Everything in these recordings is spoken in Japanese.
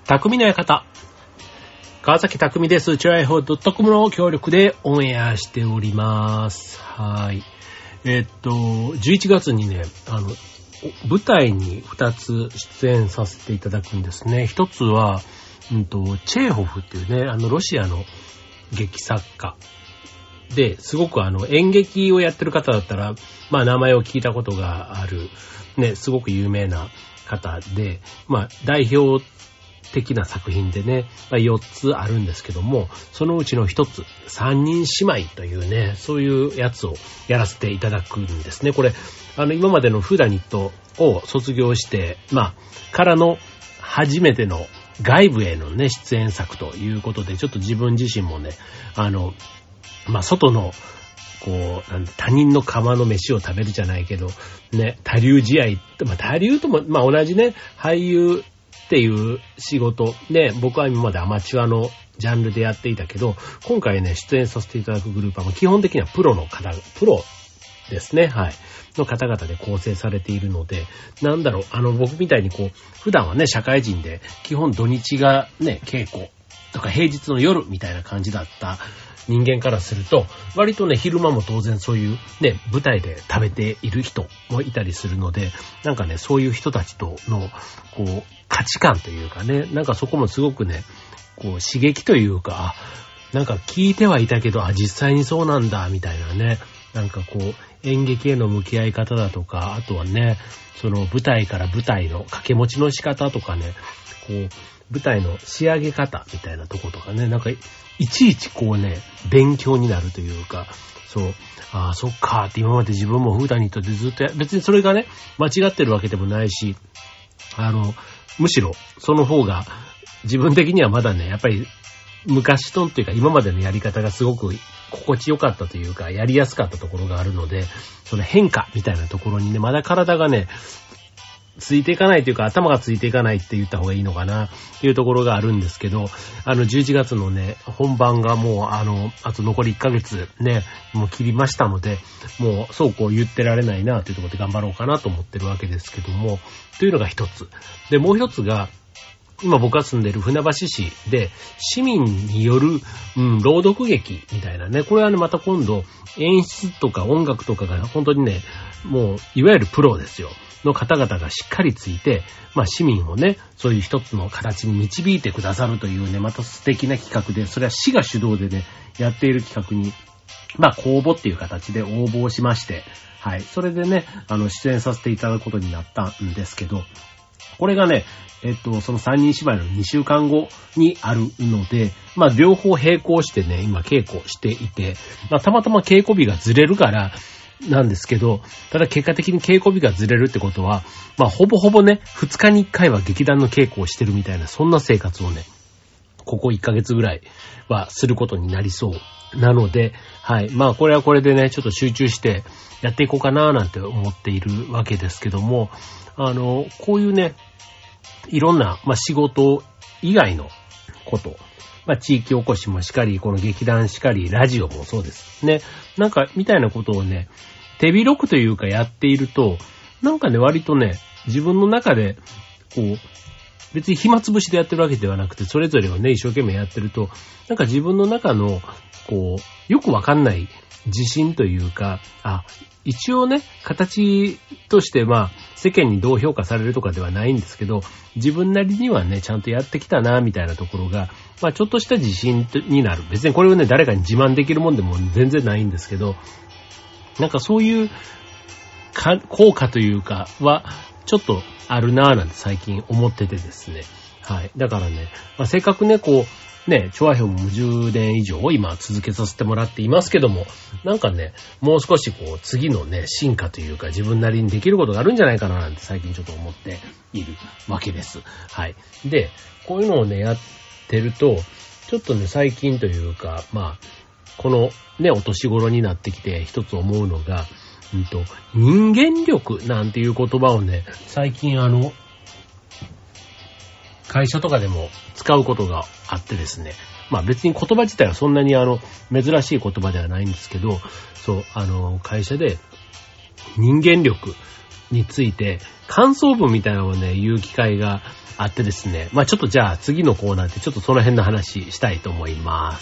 匠の館。川崎匠です。チュアイホー.com の協力でオンエアしております。はい。11月にね、舞台に2つ出演させていただくんですね。一つは、チェーホフっていうね、ロシアの劇作家で、すごく演劇をやってる方だったら、まあ名前を聞いたことがある、ね、すごく有名な方で、まあ代表的な作品でね、4つあるんですけども、そのうちの1つ、三人姉妹というね、そういうやつをやらせていただくんですね。これ、今までのフーダニットを卒業して、からの初めての外部へのね、出演作ということで、ちょっと自分自身もね、外の、他人の釜の飯を食べるじゃないけど、ね、他流試合、他流とも、同じね、俳優っていう仕事で、僕は今までアマチュアのジャンルでやっていたけど、今回ね、出演させていただくグループは基本的にはプロですね、はい。の方々で構成されているので、僕みたいに普段はね、社会人で、基本土日がね、稽古とか平日の夜みたいな感じだった人間からすると、割とね、昼間も当然そういうね、舞台で食べている人もいたりするので、なんかね、そういう人たちとの、価値観というかね、なんかそこもすごくね、刺激というか、なんか聞いてはいたけど、実際にそうなんだ、みたいなね、なんか演劇への向き合い方だとか、あとはね、その舞台から舞台の掛け持ちの仕方とかね、舞台の仕上げ方みたいなとことかね、なんかいちいち勉強になるというか、そう、そっかって今まで自分もフーダニットでずっと別にそれがね、間違ってるわけでもないし、むしろその方が自分的にはまだね、やっぱり昔とっていうか今までのやり方がすごく心地よかったというか、やりやすかったところがあるので、その変化みたいなところにね、まだ体がね、ついていかないというか、頭がついていかないって言った方がいいのかなっていうところがあるんですけど、11月のね、本番がもうあと残り1ヶ月ね、もう切りましたので、もうそう言ってられないなというところで頑張ろうかなと思ってるわけですけども、というのが一つ。で、もう一つが、今僕が住んでいる船橋市で市民による、朗読劇みたいなね、これはね、また今度演出とか音楽とかが本当にね、もういわゆるプロですよの方々がしっかりついて、市民をね、そういう一つの形に導いてくださるというね、また素敵な企画で、それは市が主導でね、やっている企画に、公募っていう形で応募しまして、はい、それでね、出演させていただくことになったんですけど、これがね、その三人芝居の2週間後にあるので、両方並行してね、今稽古していて、たまたま稽古日がずれるからなんですけど、ただ結果的に稽古日がずれるってことは、ほぼほぼね、2日に1回は劇団の稽古をしてるみたいな、そんな生活をね、ここ1ヶ月ぐらいはすることになりそうなので、はい。これはこれでね、ちょっと集中してやっていこうかななんて思っているわけですけども、こういうね、いろんな、仕事以外のこと、地域おこしもしかり、この劇団しかり、ラジオもそうですね。なんか、みたいなことをね、手広くというかやっていると、なんかね、割とね、自分の中で、別に暇つぶしでやってるわけではなくて、それぞれをね、一生懸命やってると、なんか自分の中の、よくわかんない自信というか、一応ね、形として世間にどう評価されるとかではないんですけど、自分なりにはね、ちゃんとやってきたな、みたいなところが、ちょっとした自信になる。別にこれをね、誰かに自慢できるもんでも全然ないんですけど、なんかそういう効果というかは、ちょっとあるなぁなんて最近思っててですね。はい。だからね、せっかくね、チョアヘオも10年以上今続けさせてもらっていますけども、なんかね、もう少し次のね、進化というか自分なりにできることがあるんじゃないかななんて最近ちょっと思っているわけです。はい。で、こういうのをね、やってると、ちょっとね、最近というか、このね、お年頃になってきて一つ思うのが、人間力なんていう言葉をね、最近会社とかでも使うことがあってですね。別に言葉自体はそんなに珍しい言葉ではないんですけど、そう、会社で人間力について感想文みたいなのをね、言う機会があってですね。まあちょっとじゃあ次のコーナーでちょっとその辺の話したいと思います。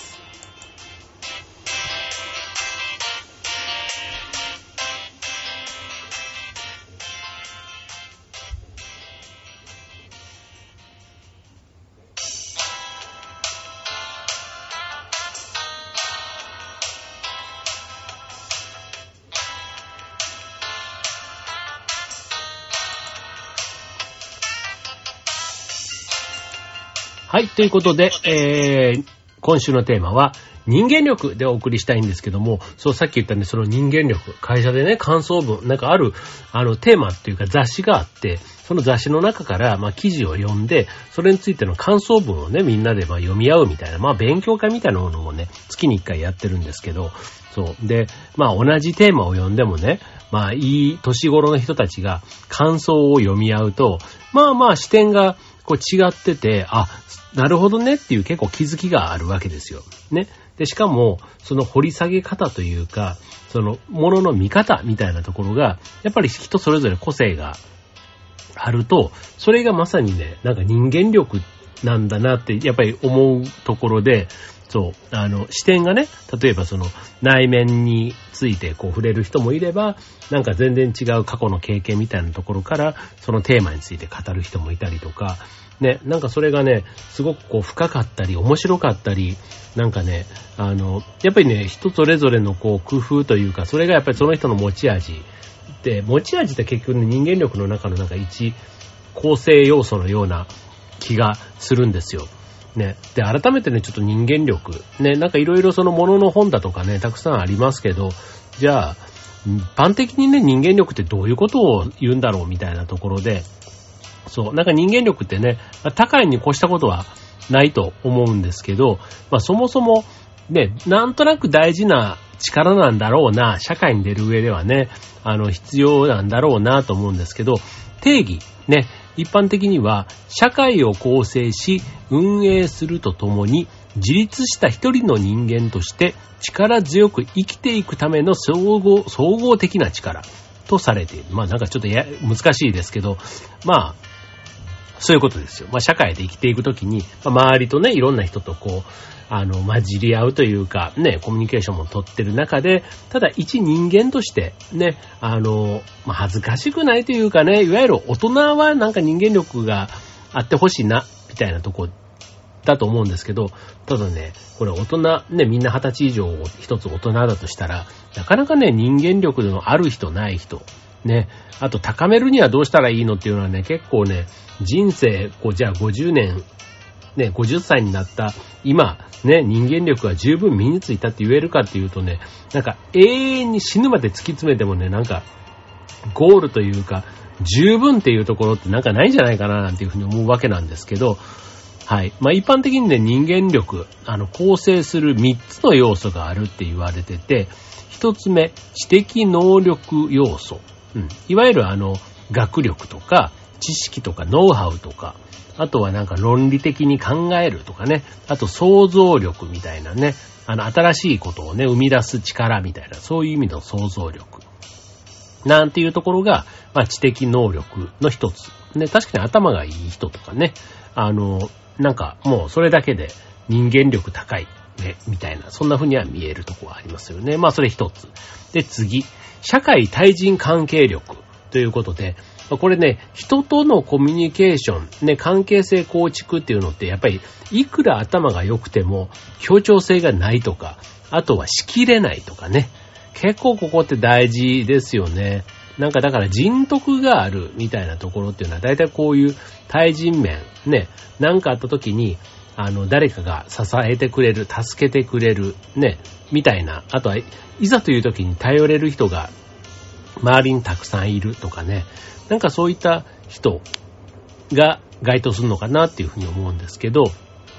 はい、ということで、今週のテーマは人間力でお送りしたいんですけども、そうさっき言ったね、その人間力、会社でね、感想文、なんかある、テーマっていうか雑誌があって、その雑誌の中から、記事を読んで、それについての感想文をね、みんなで読み合うみたいな、勉強会みたいなものをね、月に1回やってるんですけど、そう。で、同じテーマを読んでもね、いい年頃の人たちが感想を読み合うと、視点がこう違ってて、なるほどねっていう結構気づきがあるわけですよ。ね。で、しかも、その掘り下げ方というか、そのものの見方みたいなところが、やっぱり人それぞれ個性があると、それがまさにね、なんか人間力なんだなって、やっぱり思うところで、そう、視点がね、例えばその内面についてこう触れる人もいれば、なんか全然違う過去の経験みたいなところから、そのテーマについて語る人もいたりとか、ね、なんかそれがね、すごくこう深かったり、面白かったり、なんかね、やっぱりね、人それぞれのこう工夫というか、それがやっぱりその人の持ち味で、持ち味って結局ね、人間力の中のなんか一構成要素のような気がするんですよ。ね。で、改めてね、ちょっと人間力。ね、なんかいろいろそのものの本だとかね、たくさんありますけど、じゃあ、一般的にね、人間力ってどういうことを言うんだろうみたいなところで、そう、なんか人間力ってね、高いに越したことはないと思うんですけど、そもそも、ね、なんとなく大事な力なんだろうな、社会に出る上ではね、必要なんだろうなと思うんですけど、定義、ね、一般的には社会を構成し運営するとともに自立した一人の人間として力強く生きていくための総合的な力とされている。なんかちょっと難しいですけど、そういうことですよ。社会で生きていくときに、周りとね、いろんな人とこう、混じり合うというか、ね、コミュニケーションも取ってる中で、ただ一人間として、ね、恥ずかしくないというかね、いわゆる大人はなんか人間力があってほしいな、みたいなとこだと思うんですけど、ただね、これ大人、ね、みんな20歳以上一つ大人だとしたら、なかなかね、人間力のある人ない人、ね、あと高めるにはどうしたらいいのっていうのはね、結構ね、人生、じゃあ50年、ね、50歳になった今、ね、人間力が十分身についたって言えるかっていうとね、なんか永遠に死ぬまで突き詰めてもね、なんかゴールというか十分っていうところってなんかないんじゃないかななんていうふうに思うわけなんですけど、はい。一般的にね、人間力、構成する3つの要素があるって言われてて、1つ目、知的能力要素。いわゆる学力とか、知識とかノウハウとか、あとはなんか論理的に考えるとかね、あと想像力みたいなね、新しいことをね、生み出す力みたいな、そういう意味の想像力。なんていうところが、知的能力の一つ。ね、確かに頭がいい人とかね、なんかもうそれだけで人間力高いね、みたいな、そんな風には見えるところはありますよね。それ一つ。で、次、社会対人関係力ということで、これね、人とのコミュニケーション、ね、関係性構築っていうのって、やっぱり、いくら頭が良くても、協調性がないとか、あとはしきれないとかね。結構ここって大事ですよね。なんかだから人徳があるみたいなところっていうのは、だいたいこういう対人面、ね、なんかあった時に、誰かが支えてくれる、助けてくれる、ね、みたいな。あとは、いざという時に頼れる人が、周りにたくさんいるとかね。なんかそういった人が該当するのかなっていうふうに思うんですけど、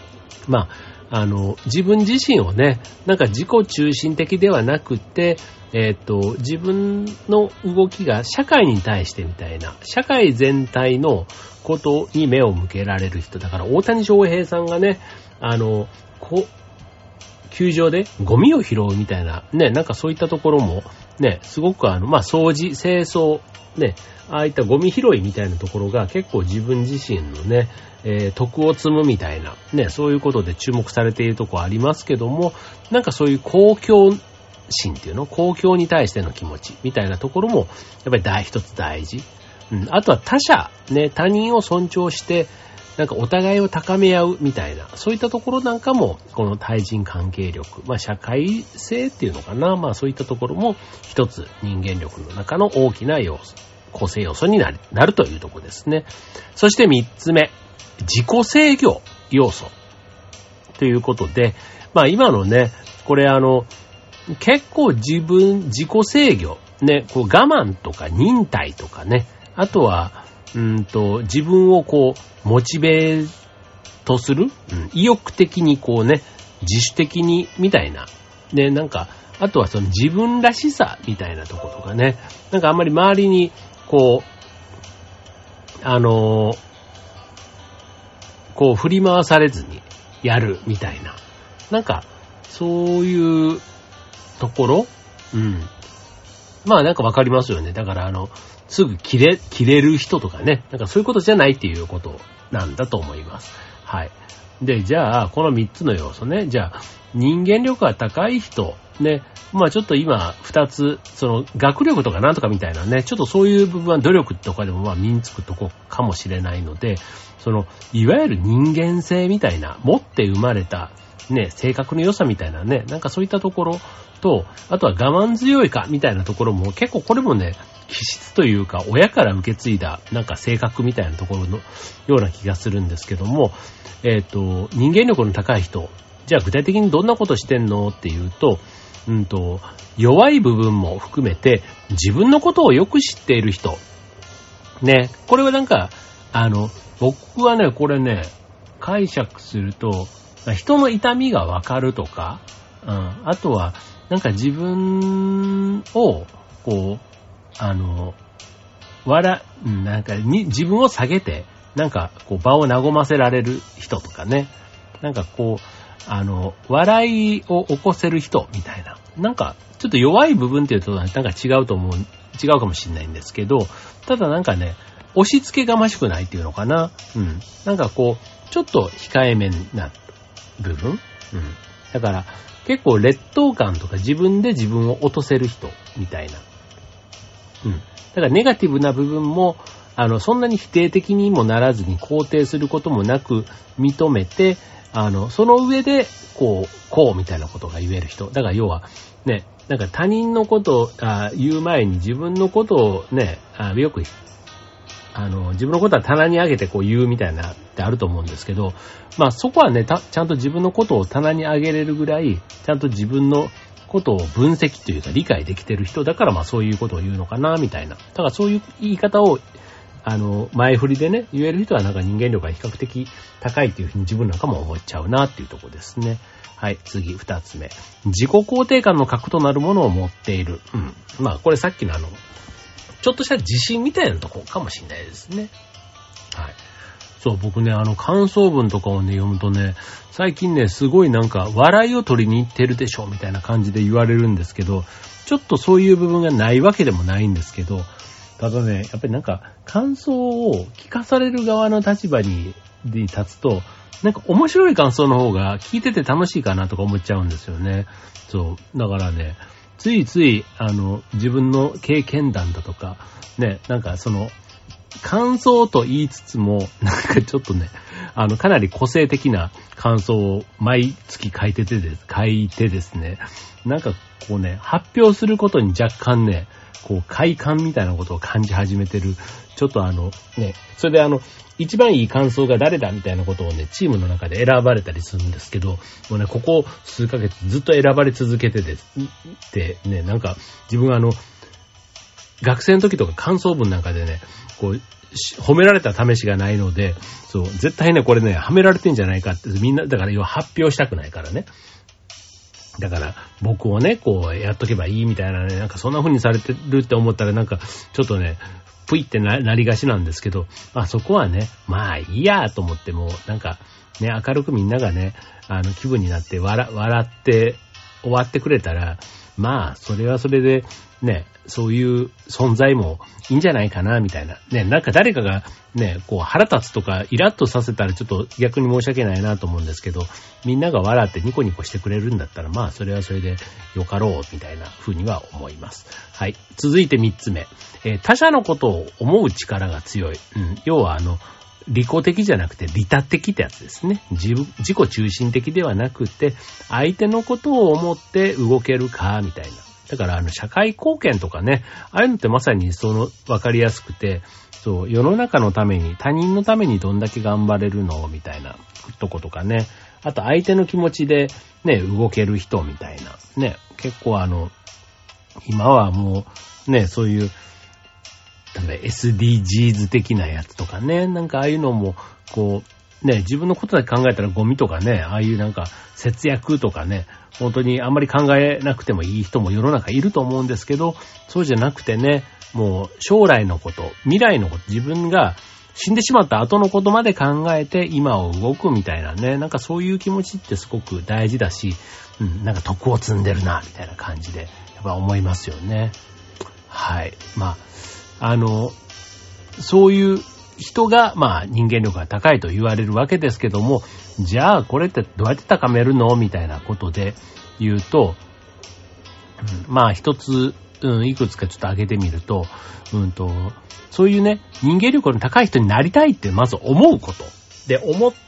自分自身をね、なんか自己中心的ではなくて、自分の動きが社会に対してみたいな、社会全体のことに目を向けられる人だから、大谷翔平さんがね、球場でゴミを拾うみたいな、ね、なんかそういったところも、ね、すごく掃除、清掃ね、ああいったゴミ拾いみたいなところが結構自分自身のね、徳を積むみたいな、ね、そういうことで注目されているところありますけども、なんかそういう公共心っていうの、公共に対しての気持ちみたいなところも、やっぱり一つ大事。あとは他者、ね、他人を尊重して、なんかお互いを高め合うみたいな、そういったところなんかも、この対人関係力、社会性っていうのかな、そういったところも一つ人間力の中の大きな要素、構成要素になるというところですね。そして3つ目、自己制御要素ということで、今のね、これ結構自己制御、ね、こう我慢とか忍耐とかね、あとは、自分をモチベートする、意欲的に自主的に、みたいな。で、あとはその自分らしさみたいなところとかね、あんまり周りに、振り回されずにやるみたいな。そういうところわかりますよね。だからすぐ切れる人とかね、そういうことじゃないっていうことなんだと思います。はい。で、じゃあ、この3つの要素ね、じゃあ、人間力が高い人、ね、ちょっと今、2つ、学力とかなんとかみたいなね、ちょっとそういう部分は努力とかでも身につくとこかもしれないので、いわゆる人間性みたいな、持って生まれた、ね、性格の良さみたいなね、そういったところと、あとは我慢強いかみたいなところも結構これもね、気質というか親から受け継いだ性格みたいなところのような気がするんですけども、人間力の高い人、じゃあ具体的にどんなことしてんのっていうと、弱い部分も含めて自分のことをよく知っている人。ね、これは僕はね、これね、解釈すると、人の痛みがわかるとか、あとは、自分を、自分を下げて、場を和ませられる人とかね、笑いを起こせる人みたいな。ちょっと弱い部分っていうと、違うかもしれないんですけど、ただ押し付けがましくないっていうのかな。ちょっと控えめな部分。だから、結構劣等感とか自分で自分を落とせる人みたいな。だからネガティブな部分も、そんなに否定的にもならずに肯定することもなく認めて、その上で、こうみたいなことが言える人。だから要は、ね、他人のことを言う前に自分のことをね、よく、自分のことは棚に上げて言うみたいなってあると思うんですけど、そこはね、ちゃんと自分のことを棚に上げれるぐらい、ちゃんと自分のことを分析というか理解できてる人だからそういうことを言うのかな、みたいな。だからそういう言い方を、前振りでね、言える人は人間力が比較的高いっていうふうに自分なんかも思っちゃうなっていうところですね。はい、次、2つ目。自己肯定感の核となるものを持っている。これさっきのちょっとした自信みたいなとこかもしれないですね。はい。そう、僕ね、感想文とかをね、読むとね、最近ね、すごい笑いを取りに行ってるでしょ、みたいな感じで言われるんですけど、ちょっとそういう部分がないわけでもないんですけど、ただね、やっぱり感想を聞かされる側の立場に立つと、面白い感想の方が聞いてて楽しいかなとか思っちゃうんですよね。そう。だからね、ついつい、自分の経験談だとか、ね、感想と言いつつも、ちょっとね、かなり個性的な感想を毎月書いてですね、発表することに若干ね、快感みたいなことを感じ始めてる。ちょっとそれで一番いい感想が誰だみたいなことをね、チームの中で選ばれたりするんですけど、もうね、ここ数ヶ月ずっと選ばれ続けてね、自分は学生の時とか感想文なんかでね、褒められた試しがないので、そう、絶対ね、これね、はめられてんじゃないかって、みんな、だから発表したくないからね。だから、僕をね、やっとけばいいみたいなね、そんな風にされてるって思ったらちょっとね、ぷいってなりがちなんですけど、そこはね、いいやと思っても、ね、明るくみんながね、気分になって笑って終わってくれたら、それはそれで、 ね、そういう存在もいいんじゃないかな、みたいな。ね、なんか誰かがね、こう腹立つとかイラッとさせたらちょっと逆に申し訳ないなと思うんですけど、みんなが笑ってニコニコしてくれるんだったら、まあそれはそれでよかろう、みたいな風には思います。はい。続いて3つ目。他者のことを思う力が強い。要は利己的じゃなくて利他的ってやつですね。自己中心的ではなくて、相手のことを思って動けるか、みたいな。だから社会貢献とかね、ああいうのってまさにわかりやすくて、そう、世の中のために、他人のためにどんだけ頑張れるのみたいなとことかね。あと相手の気持ちでね、動ける人みたいな。ね、結構今はもうね、そういう、例えば SDGs 的なやつとかね、なんかああいうのも、こう、ね、自分のことだけ考えたらゴミとかね、ああいうなんか節約とかね、本当にあんまり考えなくてもいい人も世の中いると思うんですけど、そうじゃなくてね、もう将来のこと、未来のこと、自分が死んでしまった後のことまで考えて今を動くみたいなね、なんかそういう気持ちってすごく大事だし、なんか徳を積んでるな、みたいな感じで、やっぱ思いますよね。はい。まあ、そういう人が、まあ人間力が高いと言われるわけですけども、じゃあこれってどうやって高めるのみたいなことで言うと、まあ一つ、いくつかちょっと挙げてみると、そういうね、人間力の高い人になりたいってまず思うこと。で、思って、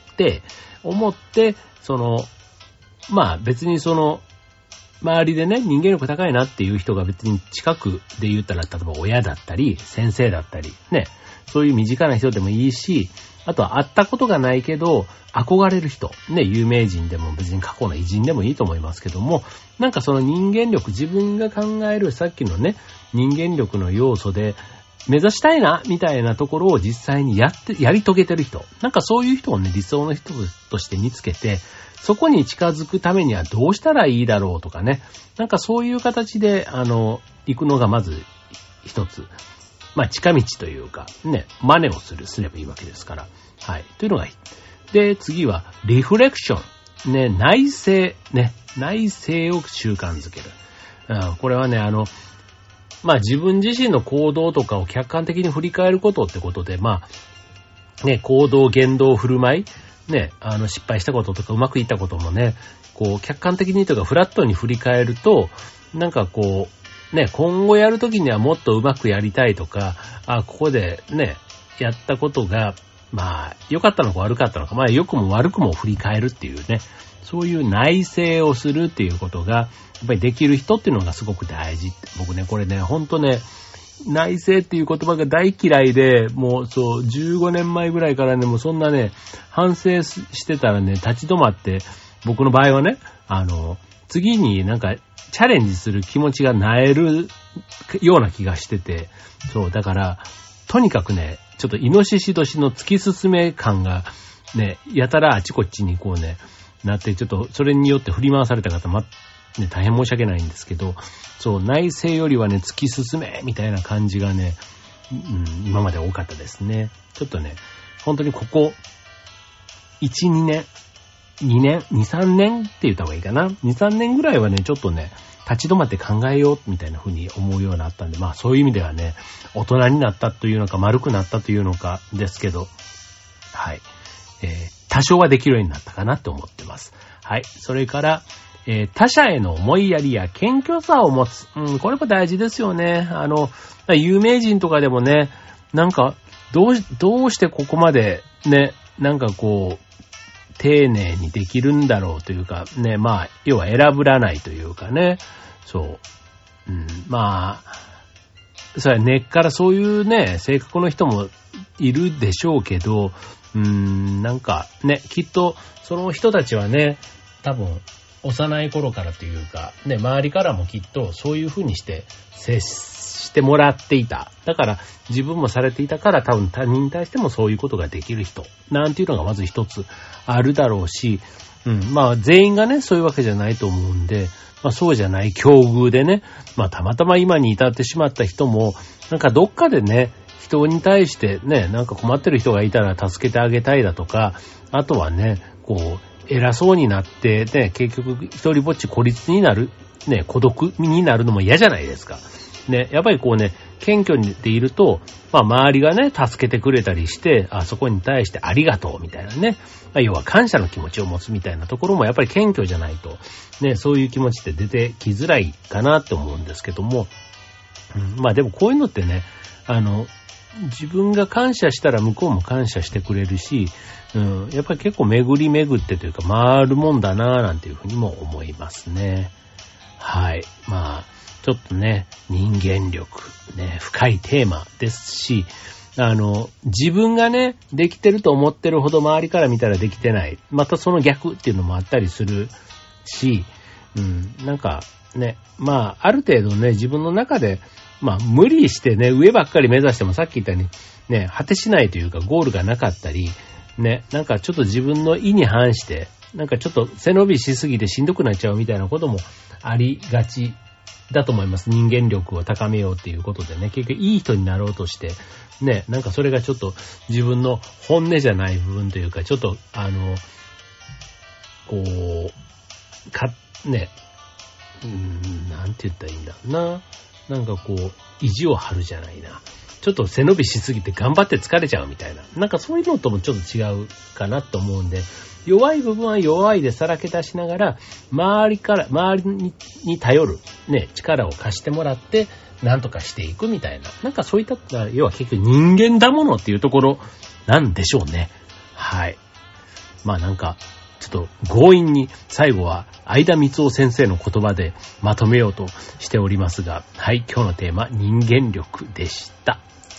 まあ別に周りでね、人間力高いなっていう人が別に近くで言ったら、例えば親だったり、先生だったり、ね、そういう身近な人でもいいし、あとは会ったことがないけど、憧れる人、ね、有名人でも別に過去の偉人でもいいと思いますけども、なんかその人間力、自分が考えるさっきのね、人間力の要素で、目指したいな、みたいなところを実際にやり遂げてる人。なんかそういう人をね、理想の人として見つけて、そこに近づくためにはどうしたらいいだろうとかね。なんかそういう形で、行くのがまず一つ。まあ、近道というか、ね、真似をすればいいわけですから。はい。というのがいい。で、次は、リフレクション。ね、内省を習慣づける。これはね、まあ自分自身の行動とかを客観的に振り返ることってことで、まあ、ね、行動、言動、振る舞い、ね、失敗したこととかうまくいったこともね、こう、客観的にというかフラットに振り返ると、なんかこう、ね、今後やるときにはもっとうまくやりたいとか、ここでね、やったことが、まあ、良かったのか悪かったのか、まあ、良くも悪くも振り返るっていうね、そういう内省をするっていうことが、やっぱりできる人っていうのがすごく大事。僕ね、これね、ほんとね、内省っていう言葉が大嫌いで、もうそう、15年前ぐらいからね、もうそんなね、反省してたらね、立ち止まって、僕の場合はね、次になんか、チャレンジする気持ちがなえるような気がしてて、そう、だから、とにかくね、ちょっとイノシシ年の突き進め感がね、やたらあちこちにこうね、なって、ちょっとそれによって振り回された方、ね、大変申し訳ないんですけど、そう、内省よりはね、突き進めみたいな感じがね、今まで多かったですね。ちょっとね、本当にここ、1、2年、2年、2、3年って言った方がいいかな。2、3年ぐらいはね、ちょっとね、立ち止まって考えようみたいな風に思うようになったんで、まあそういう意味ではね、大人になったというのか丸くなったというのかですけど、はい。多少はできるようになったかなって思ってます。はい。それから、他者への思いやりや謙虚さを持つ。これも大事ですよね。有名人とかでもね、なんか、どうしてここまでね、なんかこう、丁寧にできるんだろうというか、ね、まあ、要は選ぶらないというかね、そう。まあ、それは根っからそういうね、性格の人もいるでしょうけど、なんかね、きっとその人たちはね、多分幼い頃からというか、ね、周りからもきっとそういう風にして接してもらっていた。だから自分もされていたから多分他人に対してもそういうことができる人なんていうのがまず一つあるだろうし、まあ全員がね、そういうわけじゃないと思うんで、まあそうじゃない境遇でね、まあたまたま今に至ってしまった人も、なんかどっかでね、人に対してね、なんか困ってる人がいたら助けてあげたいだとか、あとはね、こう、偉そうになって、ね、結局一人ぼっち孤立になる、ね、孤独になるのも嫌じゃないですか。 ね、やっぱりこうね、謙虚でいると、まあ周りがね、助けてくれたりして、そこに対してありがとうみたいなね、要は感謝の気持ちを持つみたいなところもやっぱり謙虚じゃないと、ね、そういう気持ちって出てきづらいかなって思うんですけども、まあでもこういうのってね、自分が感謝したら向こうも感謝してくれるし、やっぱり結構巡り巡ってというか回るもんだなぁなんていうふうにも思いますね。はい。まあ、ちょっとね、人間力、ね、深いテーマですし、自分がね、できてると思ってるほど周りから見たらできてない。またその逆っていうのもあったりするし、なんかね、まあ、ある程度ね、自分の中で、まあ、無理してね、上ばっかり目指してもさっき言ったように、ね、果てしないというかゴールがなかったり、ね、なんかちょっと自分の意に反して、なんかちょっと背伸びしすぎてしんどくなっちゃうみたいなこともありがちだと思います。人間力を高めようっていうことでね、結局いい人になろうとして、ね、なんかそれがちょっと自分の本音じゃない部分というか、ちょっとこう、ね、なんて言ったらいいんだろうな。なんかこう、意地を張るじゃないな。ちょっと背伸びしすぎて頑張って疲れちゃうみたいな。なんかそういうのともちょっと違うかなと思うんで、弱い部分は弱いでさらけ出しながら、周りに頼る、ね、力を貸してもらって、なんとかしていくみたいな。なんかそういった、要は結局人間だものっていうところなんでしょうね。はい。まあなんか、ちょっと強引に最後は相田光夫先生の言葉でまとめようとしておりますが、はい、今日のテーマ、人間力でした。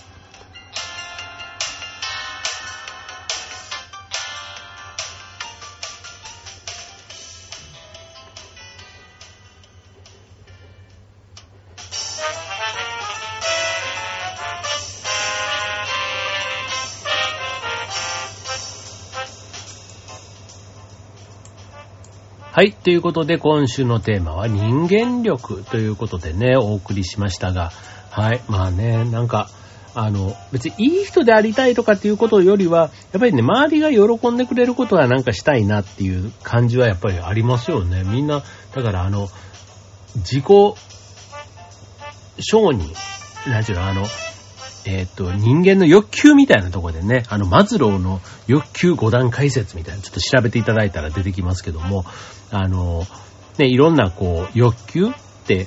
はい。ということで、今週のテーマは人間力ということでね、お送りしましたが、はい。まあね、なんか、別にいい人でありたいとかっていうことよりは、やっぱりね、周りが喜んでくれることはなんかしたいなっていう感じはやっぱりありますよね。みんな、だから自己承認、なんていうの、人間の欲求みたいなところでね、マズローの欲求5段階説みたいな、ちょっと調べていただいたら出てきますけども、ね、いろんなこう、欲求って、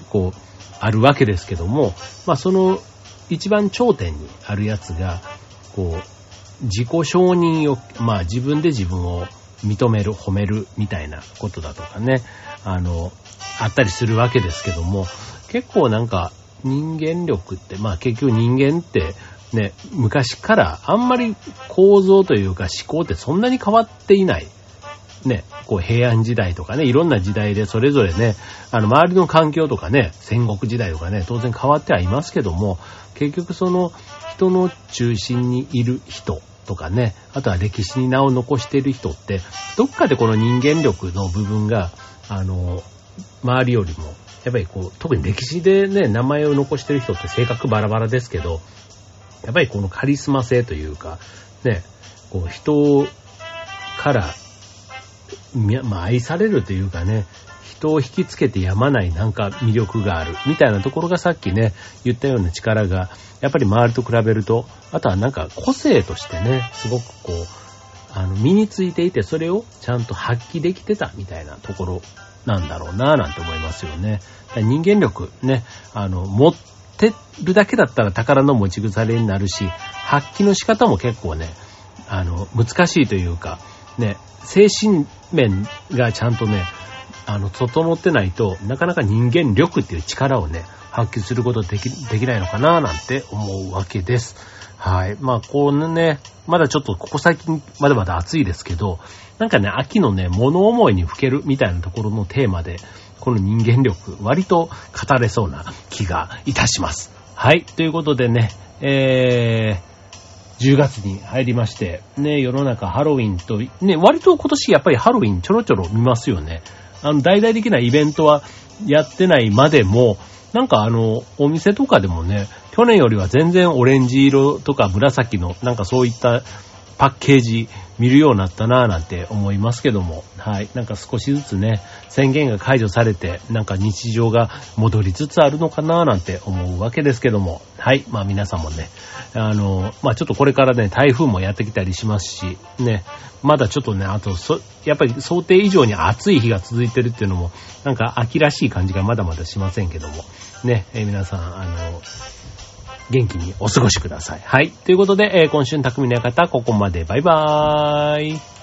こう、あるわけですけども、まあ、その、一番頂点にあるやつが、こう、自己承認欲、まあ、自分で自分を認める、褒めるみたいなことだとかね、あったりするわけですけども、結構なんか、人間力って、まあ結局人間ってね、昔からあんまり構造というか思考ってそんなに変わっていない。ね、こう平安時代とかね、いろんな時代でそれぞれね、周りの環境とかね、戦国時代とかね、当然変わってはいますけども、結局その人の中心にいる人とかね、あとは歴史に名を残している人って、どっかでこの人間力の部分が、周りよりも、やっぱりこう、特に歴史でね、名前を残してる人って性格バラバラですけど、やっぱりこのカリスマ性というか、ね、こう人から、まあ愛されるというかね、人を引きつけてやまないなんか魅力がある、みたいなところがさっきね、言ったような力が、やっぱり周りと比べると、あとはなんか個性としてね、すごくこう、身についていて、それをちゃんと発揮できてたみたいなところ、なんだろうなぁなんて思いますよね。人間力ね、持ってるだけだったら宝の持ち腐れになるし、発揮の仕方も結構ね、難しいというか、ね、精神面がちゃんとね、整ってないとなかなか人間力っていう力をね、発揮することできないのかなぁなんて思うわけです。はい。まあ、こうね、まだちょっとここ最近まだまだ暑いですけど、なんかね、秋のね、物思いにふけるみたいなところのテーマで、この人間力、割と語れそうな気がいたします。はい。ということでね、10月に入りまして、ね、世の中ハロウィンと、ね、割と今年やっぱりハロウィンちょろちょろ見ますよね。大々的なイベントはやってないまでも、なんかお店とかでもね、去年よりは全然オレンジ色とか紫の、なんかそういったパッケージ見るようになったなぁなんて思いますけども、はい。なんか少しずつね、宣言が解除されて、なんか日常が戻りつつあるのかなぁなんて思うわけですけども、はい。まあ皆さんもね、まあちょっとこれからね、台風もやってきたりしますし、ね、まだちょっとね、あとやっぱり想定以上に暑い日が続いてるっていうのも、なんか秋らしい感じがまだまだしませんけども、ね、皆さん、元気にお過ごしください。はい。ということで、今週の匠の館、ここまで。バイバーイ。